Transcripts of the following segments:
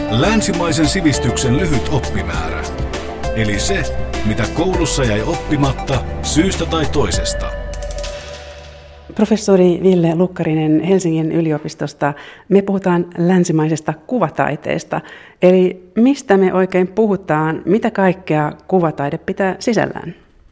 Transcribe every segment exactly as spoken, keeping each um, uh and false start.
Länsimaisen sivistyksen lyhyt oppimäärä. Eli se, mitä koulussa jäi oppimatta syystä tai toisesta. Professori Ville Lukkarinen Helsingin yliopistosta. Me puhutaan länsimaisesta kuvataiteesta. Eli mistä me oikein puhutaan? Mitä kaikkea kuvataide pitää sisällään?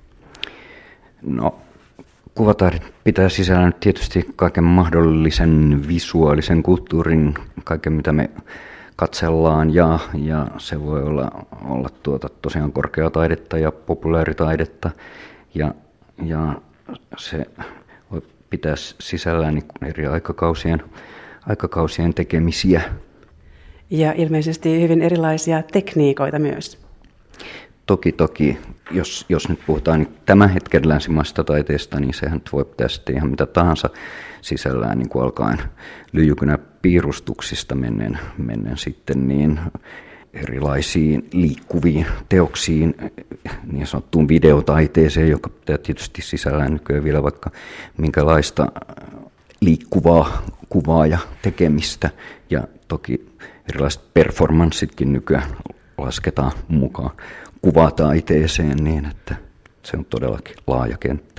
No, kuvataide pitää sisällään tietysti kaiken mahdollisen visuaalisen kulttuurin, kaiken mitä me katsellaan, ja, ja se voi olla, olla tuota, tosiaan korkeataidetta ja populaaritaidetta, ja, ja se voi pitää sisällään niin eri aikakausien, aikakausien tekemisiä. Ja ilmeisesti hyvin erilaisia tekniikoita myös. Toki, toki. Jos, jos nyt puhutaan niin tämän hetken länsimaisesta taiteesta, niin sehän voi pitää sitten ihan mitä tahansa sisällään, niin kuin alkaen lyijykynä piirustuksista mennen, mennen sitten niin erilaisiin liikkuviin teoksiin, niin sanottuun videotaiteeseen, joka pitää tietysti sisällään nykyään vielä vaikka minkälaista liikkuvaa kuvaa ja tekemistä, ja toki erilaiset performanssitkin nykyään lasketaan mukaan kuvataiteeseen, niin että se on todellakin laaja kenttä.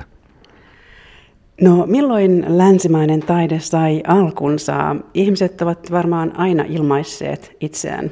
No milloin länsimainen taide sai alkunsa? Ihmiset ovat varmaan aina ilmaisseet itseään.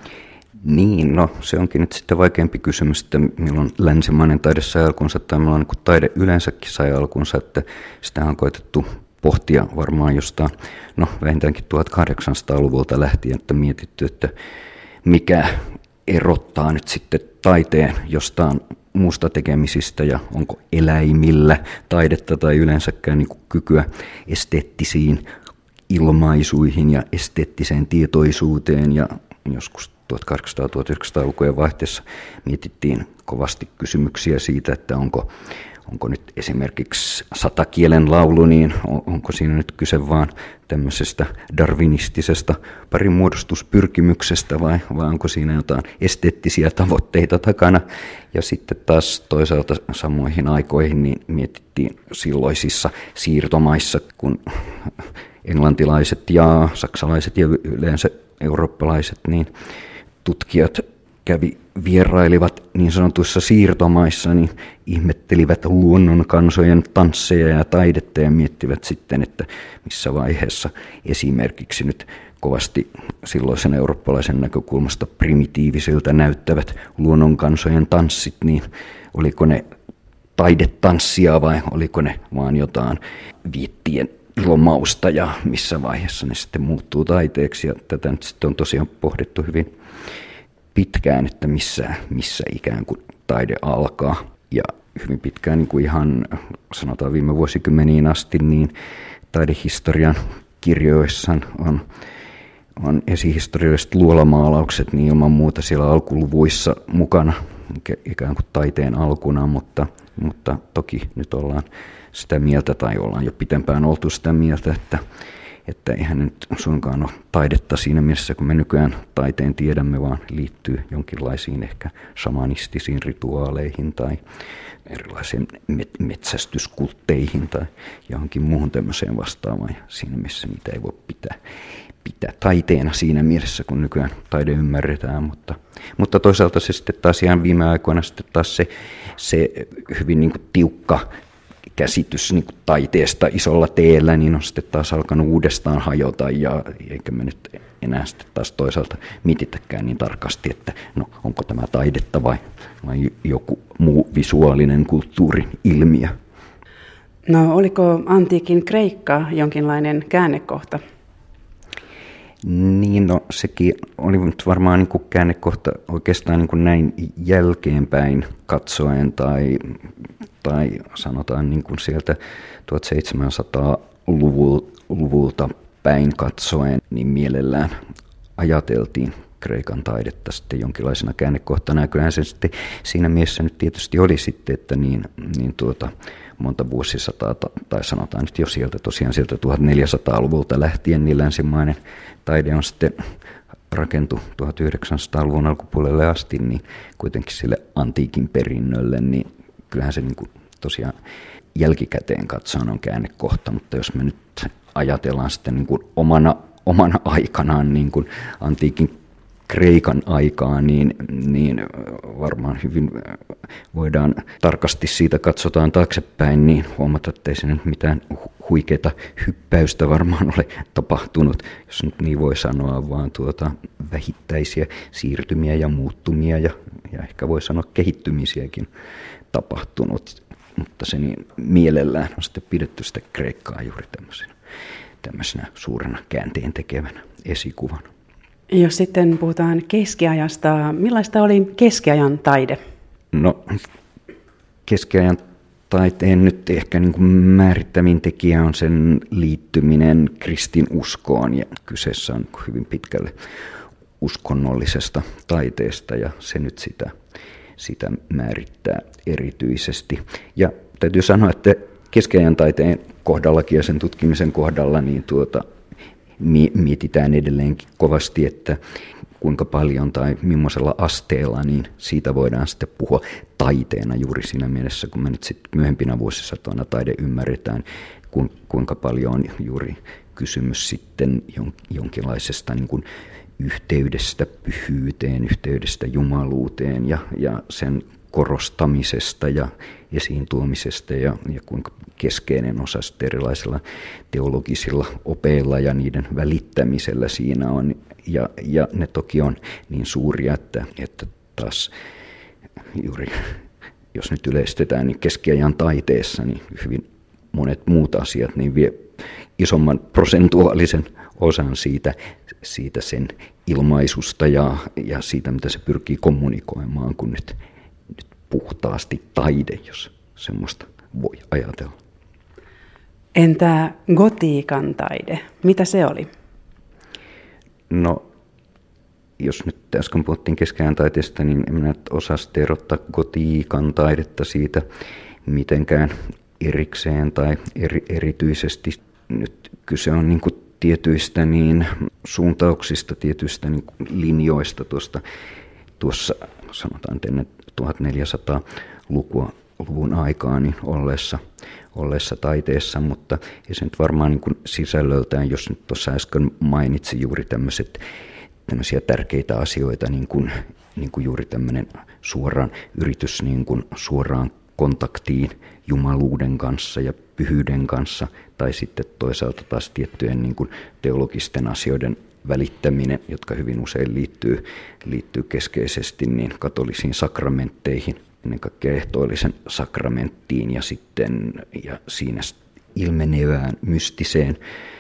Niin, no se onkin nyt sitten vaikeampi kysymys, että milloin länsimainen taide sai alkunsa tai milloin niin taide yleensäkin sai alkunsa, että sitä on koetettu pohtia varmaan jostain, no vähintäänkin tuhatkahdeksansataaluvulta lähtien, että mietitty, että mikä erottaa nyt sitten taiteen jostain muusta tekemisistä ja onko eläimillä taidetta tai yleensäkään niin kuin kykyä esteettisiin ilmaisuihin ja esteettiseen tietoisuuteen, ja joskus tuhatkahdeksansataa-tuhatyhdeksänsataalukujen vaihteessa mietittiin kovasti kysymyksiä siitä, että onko Onko nyt esimerkiksi satakielen laulu, niin onko siinä nyt kyse vaan tämmöisestä darwinistisesta parimuodostuspyrkimyksestä vai, vai onko siinä jotain esteettisiä tavoitteita takana? Ja sitten taas toisaalta samoihin aikoihin niin mietittiin silloisissa siirtomaissa, kun englantilaiset ja saksalaiset ja yleensä eurooppalaiset niin tutkijat kävi vierailivat niin sanotuissa siirtomaissa, niin ihmettelivät luonnonkansojen tansseja ja taidetta ja miettivät sitten, että missä vaiheessa esimerkiksi nyt kovasti silloisen eurooppalaisen näkökulmasta primitiivisiltä näyttävät luonnonkansojen tanssit, niin oliko ne taidetanssia vai oliko ne vaan jotain viettien ilomausta ja missä vaiheessa ne sitten muuttuu taiteeksi, ja tätä nyt sitten on tosiaan pohdittu hyvin pitkään, että missä, missä ikään kuin taide alkaa, ja hyvin pitkään niin kuin ihan sanotaan viime vuosikymmeniin asti, niin taidehistorian kirjoissa on, on esihistorialliset luolamaalaukset niin ilman muuta siellä alkuluvuissa mukana ikään kuin taiteen alkuna, mutta, mutta toki nyt ollaan sitä mieltä tai ollaan jo pitempään oltu sitä mieltä, että että eihän nyt suinkaan ole taidetta siinä mielessä, kun me nykyään taiteen tiedämme, vaan liittyy jonkinlaisiin ehkä shamanistisiin rituaaleihin tai erilaisiin metsästyskultteihin tai johonkin muuhun tämmöiseen vastaavaan. Ja siinä mielessä niitä ei voi pitää, pitää taiteena siinä mielessä, kun nykyään taide ymmärretään, mutta, mutta toisaalta se sitten taas ihan viime aikoina sitten taas se, se hyvin niin kuin tiukka käsitys niin kuin taiteesta isolla teellä, niin on sitten taas alkanut uudestaan hajota, ja eikä me nyt enää sitten taas toisaalta mietitäkään niin tarkasti, että no onko tämä taidetta vai, vai joku muu visuaalinen kulttuurin ilmiö. No oliko antiikin Kreikka jonkinlainen käännekohta? Niin, no sekin oli nyt varmaan niin kuin käännekohta oikeastaan niin kuin näin jälkeenpäin katsoen tai tai sanotaan niin kuin sieltä tuhatseitsemänsataaluvulta päin katsoen, niin mielellään ajateltiin Kreikan taidetta sitten jonkinlaisena käännekohtana. Ja kyllähän se sitten siinä mielessä nyt tietysti oli sitten, että niin, niin tuota, monta vuosisataa, tai sanotaan nyt jo sieltä tosiaan sieltä tuhatneljäsataaluvulta lähtien, niin länsimainen taide on sitten rakentui tuhatyhdeksänsataaluvun alkupuolelle asti, niin kuitenkin sille antiikin perinnölle, niin kyllähän se niin kuin tosiaan jälkikäteen katsoen on käännekohta, mutta jos me nyt ajatellaan sitten niin kuin omana, omana aikanaan niin kuin antiikin Kreikan aikaa, niin, niin varmaan hyvin voidaan tarkasti siitä katsotaan taaksepäin, niin huomata, että ei se nyt mitään huikeata hyppäystä varmaan ole tapahtunut, jos nyt niin voi sanoa, vaan tuota vähittäisiä siirtymiä ja muuttumia ja, ja ehkä voi sanoa kehittymisiäkin tapahtunut, mutta se niin mielellään on sitten pidetty sitä Kreikkaa juuri tämmöisenä, tämmöisenä suurena käänteen tekevänä esikuvana. Jos sitten puhutaan keskiajasta, millaista oli keskiajan taide? No, keskiajan taiteen nyt ehkä niin kuin määrittävin tekijä on sen liittyminen kristinuskoon, ja kyseessä on hyvin pitkälle uskonnollisesta taiteesta, ja se nyt sitä, sitä määrittää erityisesti. Ja täytyy sanoa, että keskiajan taiteen kohdallakin ja sen tutkimisen kohdalla niin tuota, mietitään edelleenkin kovasti, että kuinka paljon tai millaisella asteella, niin siitä voidaan sitten puhua taiteena juuri siinä mielessä, kun me nyt sitten myöhempinä vuosisatoina taide ymmärretään, kuinka paljon on juuri kysymys sitten jonkinlaisesta niin kuin yhteydestä pyhyyteen, yhteydestä jumaluuteen ja, ja sen korostamisesta ja esiin tuomisesta ja, ja kuinka keskeinen osa sitten erilaisilla teologisilla opeilla ja niiden välittämisellä siinä on. Ja, ja ne toki on niin suuria, että, että taas juuri, jos nyt yleistetään, niin keskiajan taiteessa niin hyvin monet muut asiat niin vie isomman prosentuaalisen osan siitä, siitä sen ilmaisusta ja, ja siitä, mitä se pyrkii kommunikoimaan, kun nyt, nyt puhtaasti taide, jos semmoista voi ajatella. Entä gotiikan taide? Mitä se oli? No, jos nyt äsken puhuttiin keskiajan taiteesta, niin en minä osaa erottaa gotiikan taidetta siitä mitenkään erikseen tai eri, erityisesti. Nyt kyse on niin kuin tietyistä niin suuntauksista, tietyistä niin kuin linjoista tuosta, tuossa sanotaan ennen tuhatneljäsataa-luvun aikaan niin olleessa, olleessa taiteessa, mutta ei se nyt varmaan niin kuin sisällöltään, jos nyt tuossa äsken mainitsi juuri tämmöiset tämmöisiä tärkeitä asioita, niin kuin, niin kuin juuri tämmöinen suoraan yritys niin kuin suoraan kontaktiin jumaluuden kanssa ja pyhyyden kanssa, tai sitten toisaalta taas tiettyjen niin kuin teologisten asioiden välittäminen, jotka hyvin usein liittyy, liittyy keskeisesti niin katolisiin sakramentteihin, ennen kaikkea ehtoollisen sakramenttiin ja sitten ja siinä ilmenevään mystiseen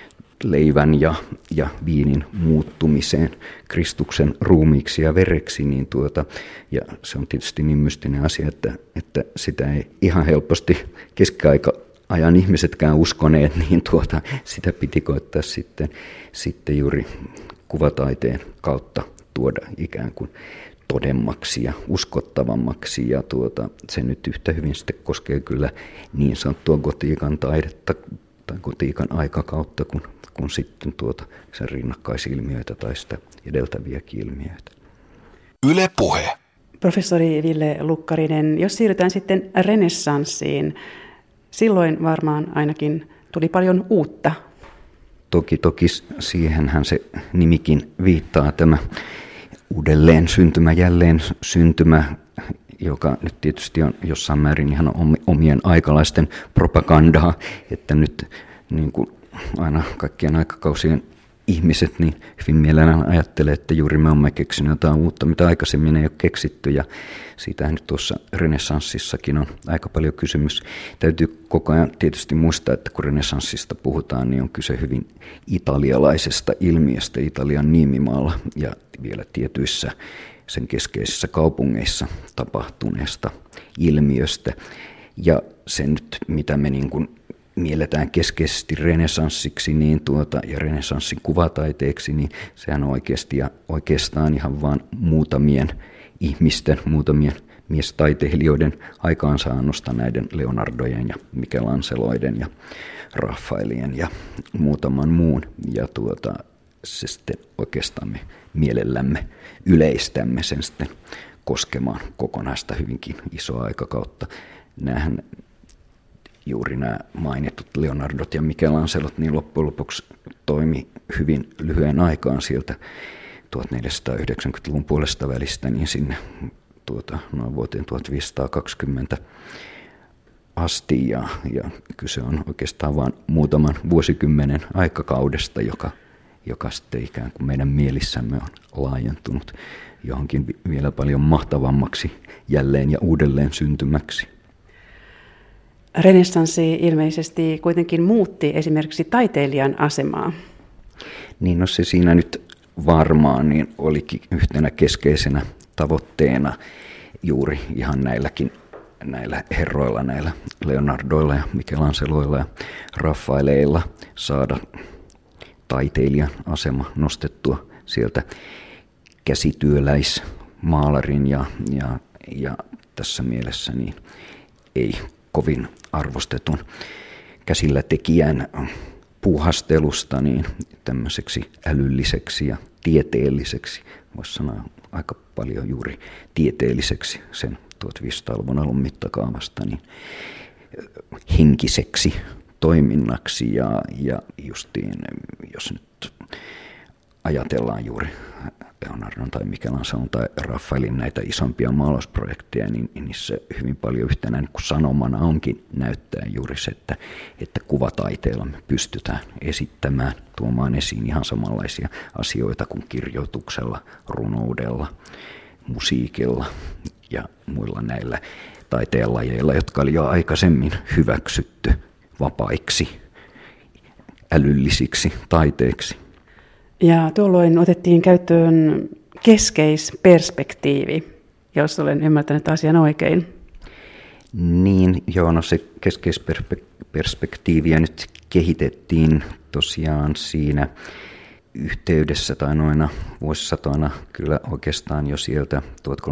leivän ja, ja viinin muuttumiseen Kristuksen ruumiiksi ja vereksi, niin tuota, ja se on tietysti niin mystinen asia, että, että sitä ei ihan helposti keskiajan ihmisetkään uskoneet, niin tuota, sitä piti koittaa sitten, sitten juuri kuvataiteen kautta tuoda ikään kuin todemmaksi ja uskottavammaksi, ja tuota, se nyt yhtä hyvin sitten koskee kyllä niin sanottua gotiikan taidetta tai gotiikan aikakautta, kun kun sitten tuota sen rinnakkaisilmiöitä tai sitä edeltäviäkin ilmiöitä. Yle Puhe. Professori Ville Lukkarinen, jos siirrytään sitten renessanssiin, silloin varmaan ainakin tuli paljon uutta. Toki, toki siihenhän se nimikin viittaa, tämä uudelleen syntymä, jälleen syntymä, joka nyt tietysti on jossain määrin ihan omien aikalaisten propagandaa, että nyt niin kuin aina kaikkien aikakausien ihmiset niin hyvin mielellään ajattelee, että juuri me olemme keksineet jotain uutta, mitä aikaisemmin ei ole keksitty, ja siitähän nyt tuossa renessanssissakin on aika paljon kysymys. Täytyy koko ajan tietysti muistaa, että kun renessanssista puhutaan, niin on kyse hyvin italialaisesta ilmiöstä Italian niemimaalla ja vielä tietyissä sen keskeisissä kaupungeissa tapahtuneesta ilmiöstä, ja se nyt, mitä me niin kuin mielletään keskeisesti renessanssiksi niin tuota, ja renessanssin kuvataiteeksi, niin sehän on oikeasti ja oikeastaan ihan vain muutamien ihmisten, muutamien miestaiteilijoiden aikaansaannosta näiden Leonardojen ja Michelangeloiden ja Raffaelien ja muutaman muun. Ja tuota, se sitten oikeastaan me mielellämme yleistämme sen sitten koskemaan kokonaista hyvinkin isoa aikakautta. Nämähän juuri nämä mainitut Leonardot ja Michelangelot niin loppujen lopuksi toimi hyvin lyhyen aikaan sieltä tuhatneljäsataayhdeksänkymmentäluvun puolesta välistä niin sinne tuota, noin vuoteen tuhatviisisataakaksikymmentä asti. Ja, ja kyse on oikeastaan vain muutaman vuosikymmenen aikakaudesta, joka, joka sitten ikään kuin meidän mielissämme on laajentunut johonkin vielä paljon mahtavammaksi jälleen ja uudelleen syntymäksi. Renessanssi ilmeisesti kuitenkin muutti esimerkiksi taiteilijan asemaa. Niin no se siinä nyt varmaan niin olikin yhtenä keskeisenä tavoitteena juuri ihan näilläkin näillä herroilla, näillä Leonardoilla ja Michelangeloilla ja Raffaeleilla saada taiteilijan asema nostettua sieltä käsityöläismaalarin ja, ja, ja tässä mielessä niin ei kovin arvostetun käsillä tekijän puuhastelusta niin tämmöiseksi älylliseksi ja tieteelliseksi, voisi sanoa aika paljon juuri tieteelliseksi sen tuhatviisisataaluvun alun mittakaavasta, niin henkiseksi toiminnaksi ja, ja justiin, jos nyt ajatellaan juuri Leonardon tai Michelangelon tai Raffaelin näitä isompia maalausprojekteja, niin niissä hyvin paljon yhtenä niin kuin sanomana onkin näyttää juuri se, että, että kuvataiteella me pystytään esittämään, tuomaan esiin ihan samanlaisia asioita kuin kirjoituksella, runoudella, musiikilla ja muilla näillä taiteenlajeilla, jotka oli jo aikaisemmin hyväksytty vapaiksi, älyllisiksi taiteeksi. Ja tuolloin otettiin käyttöön keskeisperspektiivi, jos olen ymmärtänyt asian oikein. Niin, joo, no se keskeisperspektiiviä nyt kehitettiin tosiaan siinä yhteydessä tai noina vuosisatoina kyllä oikeastaan jo sieltä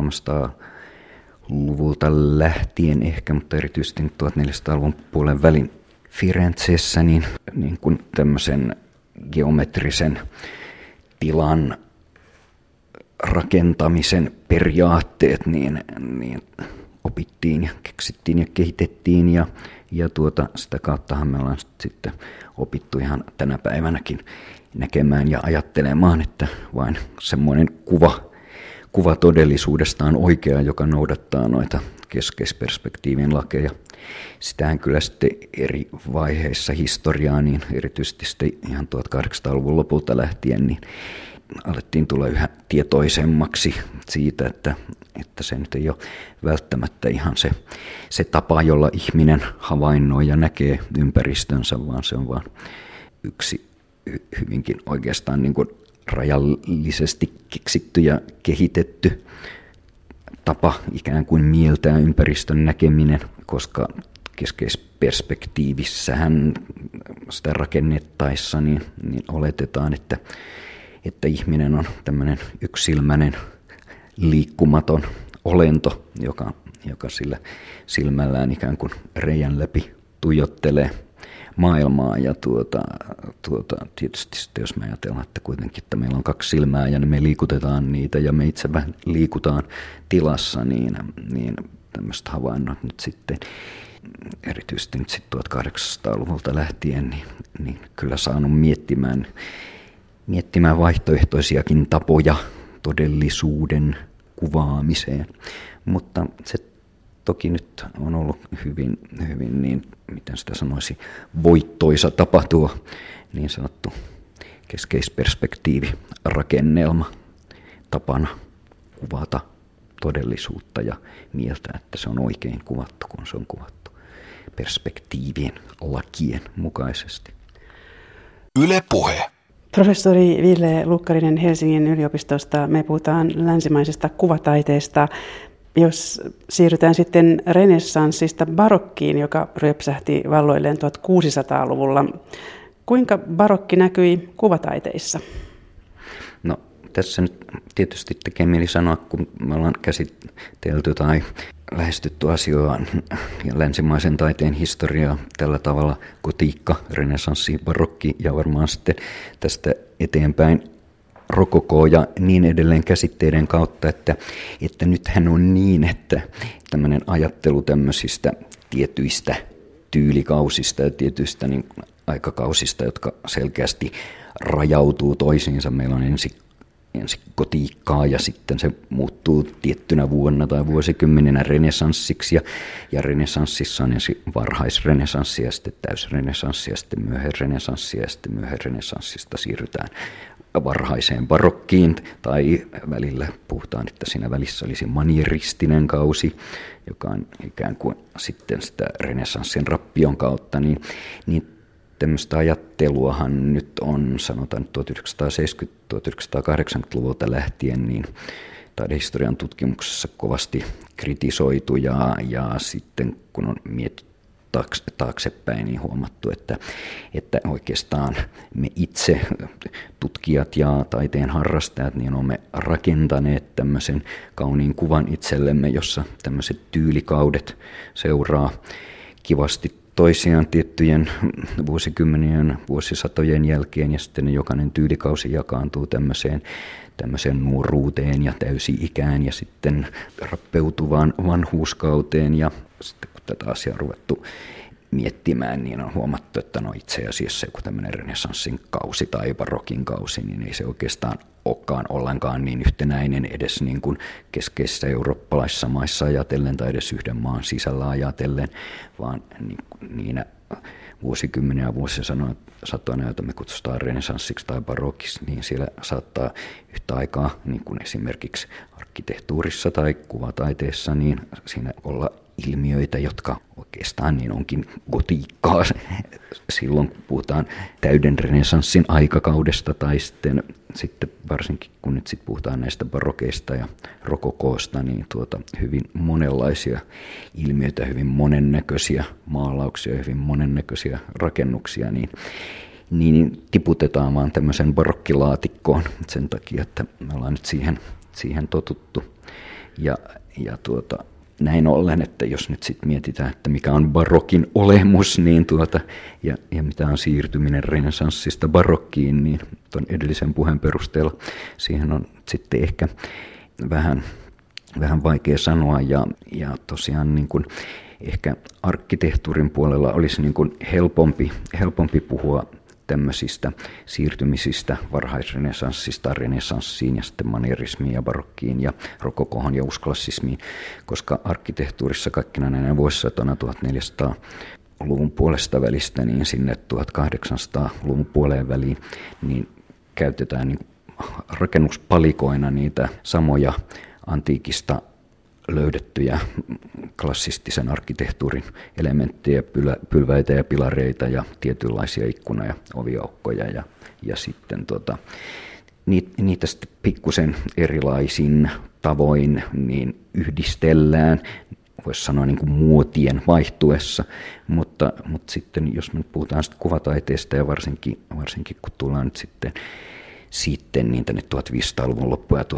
tuhatkolmesataaluvulta lähtien ehkä, mutta erityisesti tuhatneljäsataaluvun puolen välin Firenzessä niin, niin kuin tämmöisen geometrisen tilan rakentamisen periaatteet niin, niin opittiin ja keksittiin ja kehitettiin ja, ja tuota, sitä kauttahan me ollaan sitten opittu ihan tänä päivänäkin näkemään ja ajattelemaan, että vain semmoinen kuva, kuva todellisuudesta on oikea, joka noudattaa noita keskeisperspektiivin lakeja. Sitähän kyllä sitten eri vaiheissa historiaa, niin erityisesti sitten ihan tuhatkahdeksansataaluvun lopulta lähtien, niin alettiin tulla yhä tietoisemmaksi siitä, että, että se nyt ei ole välttämättä ihan se, se tapa, jolla ihminen havainnoi ja näkee ympäristönsä, vaan se on vain yksi hyvinkin oikeastaan niin kuin rajallisesti keksitty ja kehitetty tapa ikään kuin mieltää ympäristön näkeminen, koska keskeisperspektiivissähän sitä rakennettaessa niin, niin oletetaan, että, että ihminen on tämmöinen yksilmäinen liikkumaton olento, joka, joka sillä silmällään ikään kuin reijän läpi tuijottelee maailmaa. Ja tuota, tuota, tietysti sitten jos me ajatellaan, että kuitenkin että meillä on kaksi silmää ja me liikutetaan niitä ja me itse vähän liikutaan tilassa, niin, niin tämmöiset havainnot nyt sitten erityisesti nyt sitten tuhatkahdeksansataaluvulta lähtien niin, niin kyllä saanut miettimään, miettimään vaihtoehtoisiakin tapoja todellisuuden kuvaamiseen, mutta se toki nyt on ollut hyvin, hyvin niin, miten sitä sanoisi, voittoisa tapa tuo niin sanottu keskeisperspektiivirakennelma tapana kuvata todellisuutta ja mieltää, että se on oikein kuvattu, kun se on kuvattu perspektiivien lakien mukaisesti. Yle Puhe. Professori Ville Lukkarinen Helsingin yliopistosta. Me puhutaan länsimaisesta kuvataiteesta. Jos siirrytään sitten renessanssista barokkiin, joka ryöpsähti valloilleen tuhatkuusisataaluvulla. Kuinka barokki näkyi kuvataiteissa? No tässä nyt tietysti tekee mieli sanoa, kun me ollaan käsitelty tai lähestytty asioita ja länsimaisen taiteen historiaa tällä tavalla gotiikka, renessanssi, barokki ja varmaan sitten tästä eteenpäin rokoko ja niin edelleen käsitteiden kautta, että, että nythän on niin, että tämmöinen ajattelu tämmöisistä tietyistä tyylikausista ja tietyistä niin aikakausista, jotka selkeästi rajautuu toisiinsa. Meillä on ensin ensin gotiikkaa ja sitten se muuttuu tiettynä vuonna tai vuosikymmeninä renessanssiksi ja, ja renessanssissa on ensin varhaisrenesanssi ja sitten täysrenesanssi ja sitten myöhäisrenesanssi ja sitten myöhäisrenessanssista siirrytään varhaiseen barokkiin tai välillä puhutaan, että siinä välissä olisi manieristinen kausi, joka on ikään kuin sitten sitä renessanssin rappion kautta, niin, niin tämmöistä ajatteluahan nyt on, sanotaan tuhatyhdeksänsataaseitsemänkymmentä-tuhatyhdeksänsataakahdeksankymmentäluvulta lähtien, niin taidehistorian tutkimuksessa kovasti kritisoitu ja, ja sitten kun on mietitty taaksepäin, niin huomattu, että, että oikeastaan me itse tutkijat ja taiteen harrastajat niin olemme rakentaneet tämmöisen kauniin kuvan itsellemme, jossa tämmöiset tyylikaudet seuraa kivasti toisiaan tiettyjen vuosikymmenien, vuosisatojen jälkeen ja sitten jokainen tyylikausi jakaantuu tämmöiseen, tämmöiseen nuoruuteen ja täysi-ikään ja sitten rappeutuvaan vanhuuskauteen ja sitten kun tätä asiaa on ruvettu miettimään, niin on huomattu, että no itse asiassa joku tämmöinen renessanssin kausi tai barokin kausi, niin ei se oikeastaan olekaan ollenkaan niin yhtenäinen edes niin kuin keskeisissä eurooppalaisissa maissa ajatellen tai edes yhden maan sisällä ajatellen, vaan niinä vuosikymmeniä ja vuosisatoina, joita me kutsutaan renessanssiksi tai barokiksi, niin siellä saattaa yhtä aikaa, niin kuin esimerkiksi arkkitehtuurissa tai kuvataiteessa, niin siinä olla ilmiöitä, jotka oikeastaan niin onkin gotiikkaa silloin, kun puhutaan täyden renessanssin aikakaudesta tai sitten, sitten varsinkin kun nyt sit puhutaan näistä barokeista ja rokokoosta, niin tuota, hyvin monenlaisia ilmiöitä, hyvin monennäköisiä maalauksia, hyvin monennäköisiä rakennuksia, niin, niin tiputetaan vaan tämmöisen barokkilaatikkoon sen takia, että me ollaan nyt siihen, siihen totuttu. Ja, ja tuota, näin ollen, että jos nyt sitten mietitään, että mikä on barokin olemus niin tuota, ja, ja mitä on siirtyminen renessanssista barokkiin, niin tuon edellisen puheen perusteella siihen on sitten ehkä vähän, vähän vaikea sanoa. Ja, ja tosiaan niin kuin ehkä arkkitehtuurin puolella olisi niin kuin helpompi, helpompi puhua tämmöisistä siirtymisistä varhaisrenessanssista renessanssiin ja sitten manierismiin ja barokkiin ja rokokohon ja uusklassismiin, koska arkkitehtuurissa kaikkina näinä vuosisatona tuhatneljäsataaluvun puolesta välistä niin sinne tuhatkahdeksansataaluvun puoleen väliin niin käytetään niin rakennuspalikoina niitä samoja antiikista löydettyjä klassistisen arkkitehtuurin elementtejä, pylväitä ja pilareita ja tietynlaisia ikkuna- ja oviaukkoja ja, ja sitten tota, niitä sitten pikkusen erilaisin tavoin niin yhdistellään, voisi sanoa niin kuin muotien vaihtuessa, mutta, mutta sitten jos me puhutaan sitten kuvataiteesta ja varsinkin, varsinkin kun tullaan nyt sitten sitten niin tänne tuhatviisisataaluvun loppu- ja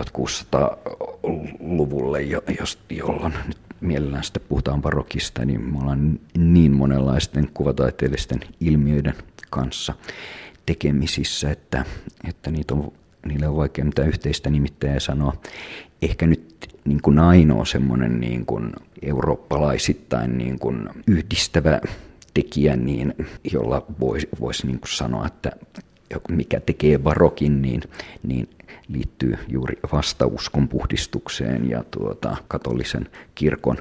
tuhatkuusisataaluvulle, jolloin nyt mielellään sitten puhutaan barokista, niin me ollaan niin monenlaisten kuvataiteellisten ilmiöiden kanssa tekemisissä, että, että niitä on, niille on vaikea mitään yhteistä nimittäjää sanoa. Ehkä nyt niin kuin ainoa semmoinen niin kuin eurooppalaisittain niin kuin yhdistävä tekijä, niin, jolla voisi vois niin kuin sanoa, että mikä tekee barokin, niin, niin liittyy juuri vastauskon puhdistukseen ja tuota, katolisen kirkon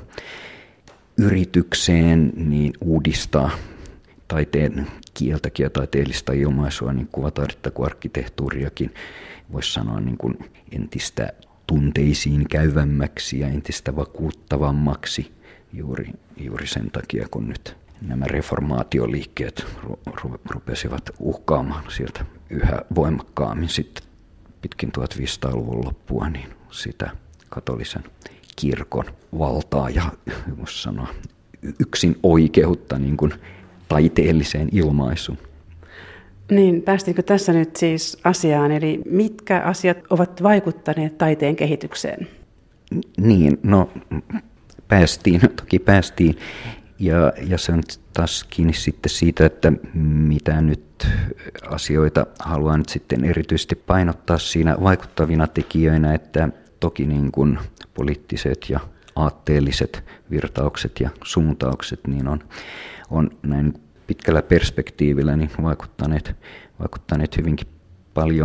yritykseen niin uudistaa taiteen kieltäkin ja taiteellista ilmaisua, niin kuvataidetta kuin arkkitehtuuriakin voisi sanoa niin kuin entistä tunteisiin käyvämmäksi ja entistä vakuuttavammaksi juuri, juuri sen takia, kun nyt nämä reformaatioliikkeet rupesivat uhkaamaan sieltä yhä voimakkaammin sitten pitkin tuhatviisisataaluvun loppua niin sitä katolisen kirkon valtaa ja voisi sanoa yksin oikeutta niin kuin taiteelliseen ilmaisuun. Niin, päästiinkö tässä nyt siis asiaan, eli mitkä asiat ovat vaikuttaneet taiteen kehitykseen? Niin, no päästiin, toki päästiin. Ja, ja se on taas kiinni sitten siitä, että mitä nyt asioita haluan nyt sitten erityisesti painottaa siinä vaikuttavina tekijöinä, että toki niin kuin poliittiset ja aatteelliset virtaukset ja suuntaukset niin on, on näin pitkällä perspektiivillä niin vaikuttaneet, vaikuttaneet hyvinkin paljon,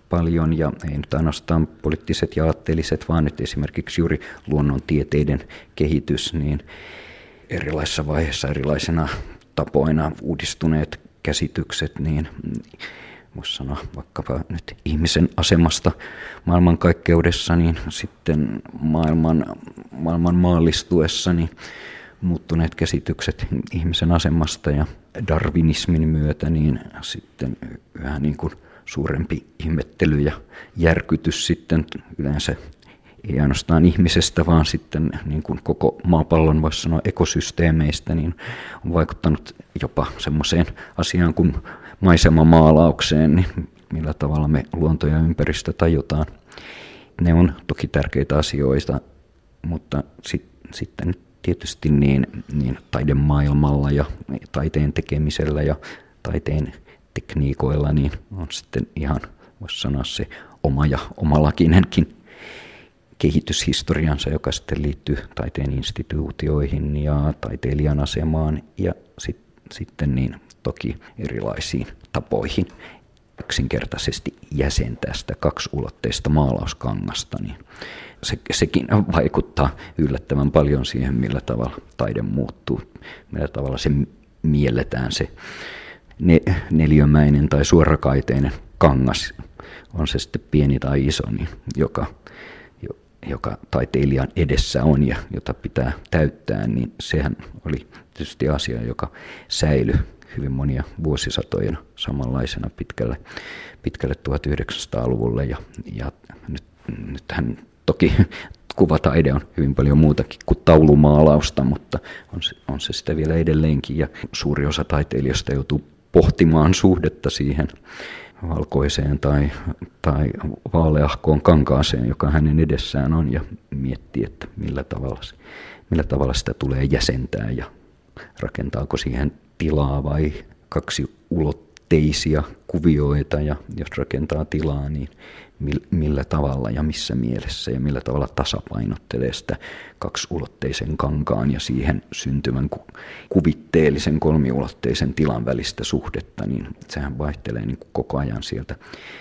paljon, ja ei nyt ainoastaan poliittiset ja aatteelliset, vaan nyt esimerkiksi juuri luonnontieteiden kehitys, niin erilaisissa vaiheissa erilaisina tapoina uudistuneet käsitykset, niin voisi sanoa vaikkapa nyt ihmisen asemasta maailmankaikkeudessa, niin sitten maailman, maailman maallistuessa niin muuttuneet käsitykset ihmisen asemasta ja darwinismin myötä, niin sitten yhä niin kuin suurempi ihmettely ja järkytys sitten yleensä ei ainoastaan ihmisestä, vaan sitten niin kuin koko maapallon, voisi sanoa, ekosysteemeistä, niin on vaikuttanut jopa semmoiseen asiaan kuin maisemamaalaukseen, niin millä tavalla me luonto ja ympäristö tajutaan. Ne on toki tärkeitä asioita, mutta sit, sitten tietysti niin, niin taidemaailmalla ja taiteen tekemisellä ja taiteen tekniikoilla niin on sitten ihan, voisi sanoa, se oma ja omalakinenkin kehityshistoriansa, joka sitten liittyy taiteen instituutioihin ja taiteilijan asemaan ja sit, sitten niin toki erilaisiin tapoihin yksinkertaisesti jäsentää sitä kaksiulotteista maalauskangasta, niin se, sekin vaikuttaa yllättävän paljon siihen, millä tavalla taide muuttuu, millä tavalla se mielletään se ne, neliömäinen tai suorakaiteinen kangas, on se sitten pieni tai iso, niin joka, joka taiteilijan edessä on ja jota pitää täyttää, niin sehän oli tietysti asia, joka säilyi hyvin monia vuosisatoja samanlaisena pitkälle, pitkälle tuhatyhdeksänsataaluvulle ja, ja nyt, nythän toki kuvataide on hyvin paljon muutakin kuin taulumaalausta, mutta on se, on se sitä vielä edelleenkin ja suuri osa taiteilijoista joutuu pohtimaan suhdetta siihen valkoiseen tai, tai vaaleahkoon kankaaseen, joka hänen edessään on ja miettii, että millä tavalla, millä tavalla sitä tulee jäsentää ja rakentaako siihen tilaa vai kaksiulotteisia kuvioita ja jos rakentaa tilaa, niin millä tavalla ja missä mielessä ja millä tavalla tasapainottelee sitä kaksiulotteisen kankaan ja siihen syntyvän kuvitteellisen kolmiulotteisen tilan välistä suhdetta, niin sehän vaihtelee niin kuin koko ajan sieltä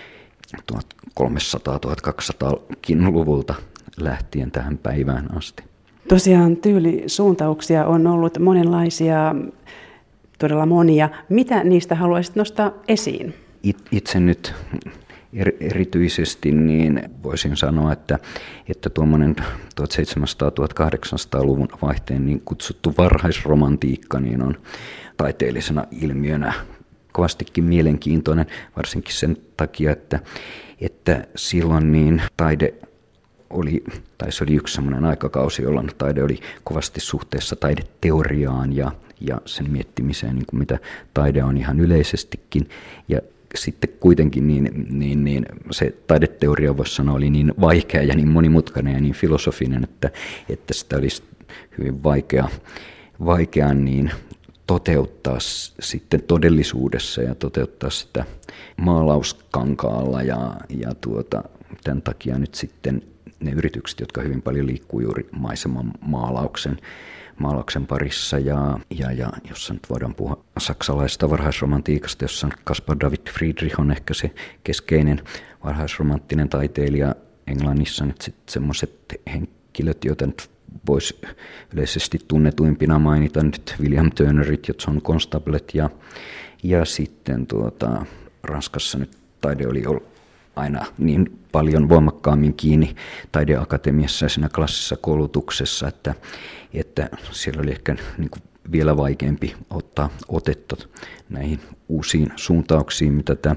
tuhatkolmesataa-tuhatkaksisataakin luvulta lähtien tähän päivään asti. Tosiaan tyylisuuntauksia on ollut monenlaisia, todella monia. Mitä niistä haluaisit nostaa esiin? Itse nyt erityisesti niin voisin sanoa, että, että tuommoinen tuhatseitsemänsataa-tuhatkahdeksansataaluvun vaihteen niin kutsuttu varhaisromantiikka niin on taiteellisena ilmiönä kovastikin mielenkiintoinen, varsinkin sen takia, että, että silloin niin taide oli, tai se oli yksi sellainen aikakausi, jolloin taide oli kovasti suhteessa taideteoriaan ja, ja sen miettimiseen, niin kuin mitä taide on ihan yleisestikin. Ja sitten kuitenkin niin, niin, niin se taideteoria, voisi sanoa, oli niin vaikea ja niin monimutkainen ja niin filosofinen, että, että sitä olisi hyvin vaikea, vaikea niin toteuttaa sitten todellisuudessa ja toteuttaa sitä maalauskankaalla ja, ja tuota, tämän takia nyt sitten ne yritykset, jotka hyvin paljon liikkuu juuri maiseman maalauksen, maalauksen parissa ja, ja, ja jossa nyt voidaan puhua saksalaisesta varhaisromantiikasta, jossa Caspar David Friedrich on ehkä se keskeinen varhaisromanttinen taiteilija Englannissa, nyt sitten semmoiset henkilöt, joita nyt voisi yleisesti tunnetuimpina mainita nyt William Turnerit ja John Constablet ja, ja sitten tuota, Ranskassa nyt taide oli ollut aina niin paljon voimakkaammin kiinni taideakatemiassa ja siinä klassisessa koulutuksessa, että, että siellä oli ehkä niin kuin vielä vaikeampi ottaa otetta näihin uusiin suuntauksiin, mitä tämä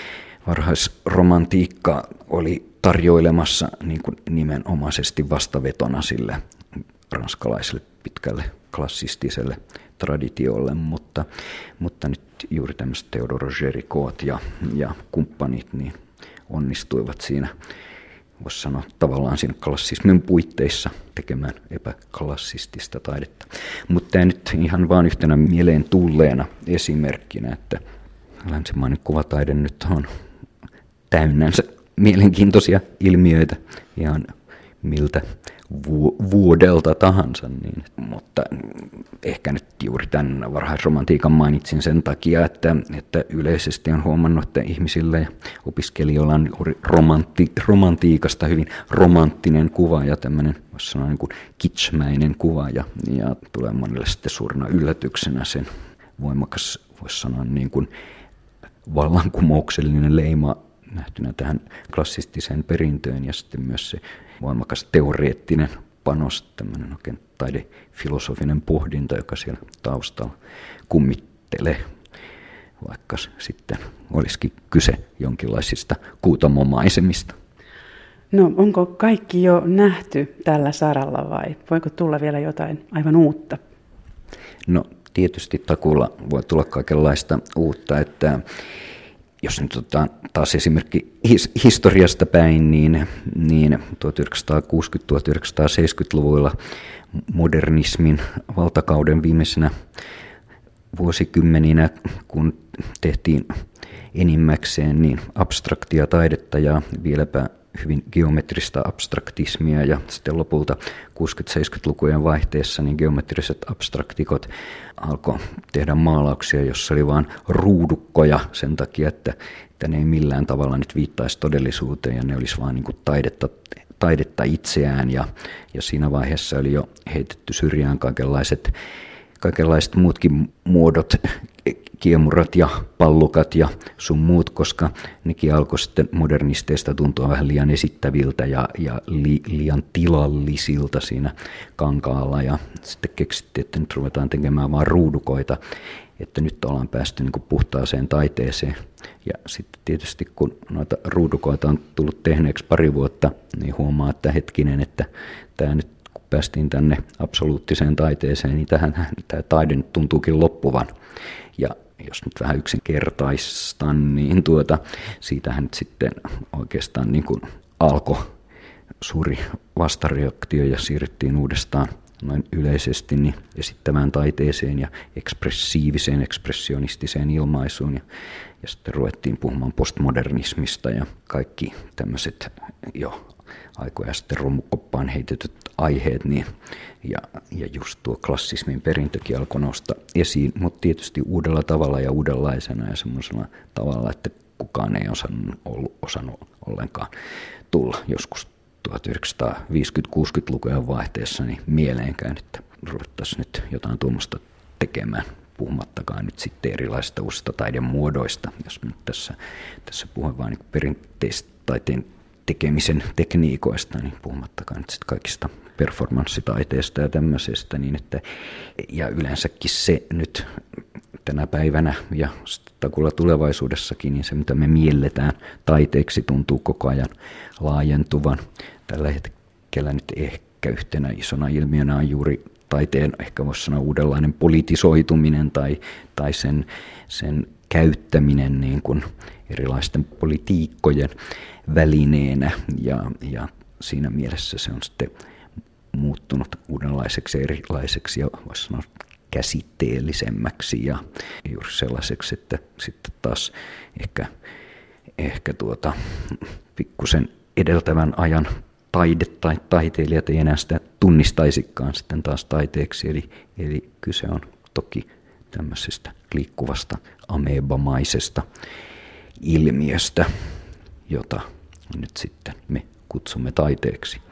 varhaisromantiikka oli tarjoilemassa niin kuin nimenomaisesti vastavetona sille ranskalaiselle pitkälle klassistiselle traditiolle, mutta, mutta nyt juuri tämmöiset Theodore Géricault ja, ja kumppanit niin onnistuivat siinä, voisi sanoa tavallaan siinä klassismin puitteissa tekemään epäklassistista taidetta. Mutta tämä nyt ihan vaan yhtenä mieleen tulleena esimerkkinä, että länsimainen kuvataide nyt on täynnänsä mielenkiintoisia ilmiöitä, ihan miltä vuodelta tahansa. Niin. Mutta ehkä nyt juuri tämän varhaisromantiikan mainitsin sen takia, että, että yleisesti on huomannut, että ihmisillä ja opiskelijoilla on romanti, romantiikasta hyvin romanttinen kuva ja tämmöinen, voisi sanoa niin kuin kitschmäinen kuva, ja, ja tulee monelle sitten suurena yllätyksenä sen voimakas, voisi sanoa niin kuin vallankumouksellinen leima nähtynä tähän klassistiseen perintöön, ja sitten myös se voimakas teoreettinen panos, tämmöinen oikein taidefilosofinen pohdinta, joka siellä taustalla kummittelee, vaikka sitten olisikin kyse jonkinlaisista kuutamomaisemista. No onko kaikki jo nähty tällä saralla vai voiko tulla vielä jotain aivan uutta? No tietysti takuulla voi tulla kaikenlaista uutta, että jos nyt otetaan taas esimerkki his, historiasta päin, niin, niin tuhatyhdeksänsataakuusikymmentä-tuhatyhdeksänsataaseitsemänkymmentäluvuilla modernismin valtakauden viimeisenä vuosikymmeninä, kun tehtiin enimmäkseen niin abstraktia taidetta ja vieläpä hyvin geometrista abstraktismia, ja sitten lopulta kuusikymmentä-seitsemänkymmentälukujen vaihteessa niin geometriset abstraktikot alkoi tehdä maalauksia, jossa oli vain ruudukkoja sen takia, että, että ne ei millään tavalla nyt viittaisi todellisuuteen ja ne olisi vain niin kuin taidetta, taidetta itseään, ja, ja siinä vaiheessa oli jo heitetty syrjään kaikenlaiset, kaikenlaiset muutkin muodot, kiemurat ja pallukat ja sun muut, koska nekin alkoi sitten modernisteista tuntua vähän liian esittäviltä ja, ja li, liian tilallisilta siinä kankaalla, ja sitten keksittiin, että nyt ruvetaan tekemään vaan ruudukoita, että nyt ollaan päästy niin kuin puhtaaseen taiteeseen. Ja sitten tietysti kun noita ruudukoita on tullut tehneeksi pari vuotta, niin huomaa, että hetkinen, että tämä nyt kun päästiin tänne absoluuttiseen taiteeseen, niin tähän tämä taide nyt tuntuukin loppuvan. Ja jos nyt vähän yksinkertaistan, niin tuota, siitähän nyt sitten oikeastaan niin kuin alkoi suuri vastareaktio ja siirryttiin uudestaan noin yleisesti niin esittävään taiteeseen ja ekspressiiviseen, ekspressionistiseen ilmaisuun. Ja, ja sitten ruvettiin puhumaan postmodernismista ja kaikki tämmöiset jo aikoja sitten romukoppaan heitetyt aiheet, niin, ja, ja just tuo klassismin perintökin alkoi nousta esiin, mutta tietysti uudella tavalla ja uudenlaisena ja semmoisella tavalla, että kukaan ei osannut, ollut, osannut ollenkaan tulla joskus tuhatyhdeksänsataaviisikymmentä-kuusikymmentälukujen vaihteessa niin mieleenkään, että ruvettaisiin nyt jotain tuommoista tekemään, puhumattakaan nyt sitten erilaisista uusista taidemuodoista, jos nyt tässä, tässä puhun vain niin perinteistä taiteen tekemisen tekniikoista, niin puhumattakaan nyt sitten kaikista performanssitaiteesta ja tämmöisestä, niin että, ja yleensäkin se nyt tänä päivänä ja takulla tulevaisuudessakin, niin se mitä me mielletään taiteeksi tuntuu koko ajan laajentuvan. Tällä hetkellä nyt ehkä yhtenä isona ilmiönä on juuri taiteen, ehkä voisi sanoa uudenlainen politisoituminen tai, tai sen, sen käyttäminen niin kuin erilaisten politiikkojen välineenä, ja, ja siinä mielessä se on sitten muuttunut uudenlaiseksi ja erilaiseksi ja voisi sanoa käsitteellisemmäksi ja juuri sellaiseksi, että sitten taas ehkä, ehkä tuota, pikkusen edeltävän ajan taide tai taiteilijat ei enää sitä tunnistaisikaan sitten taas taiteeksi, eli, eli kyse on toki tämmöisestä liikkuvasta amebamaisesta ilmiöstä, jota nyt sitten me kutsumme taiteeksi.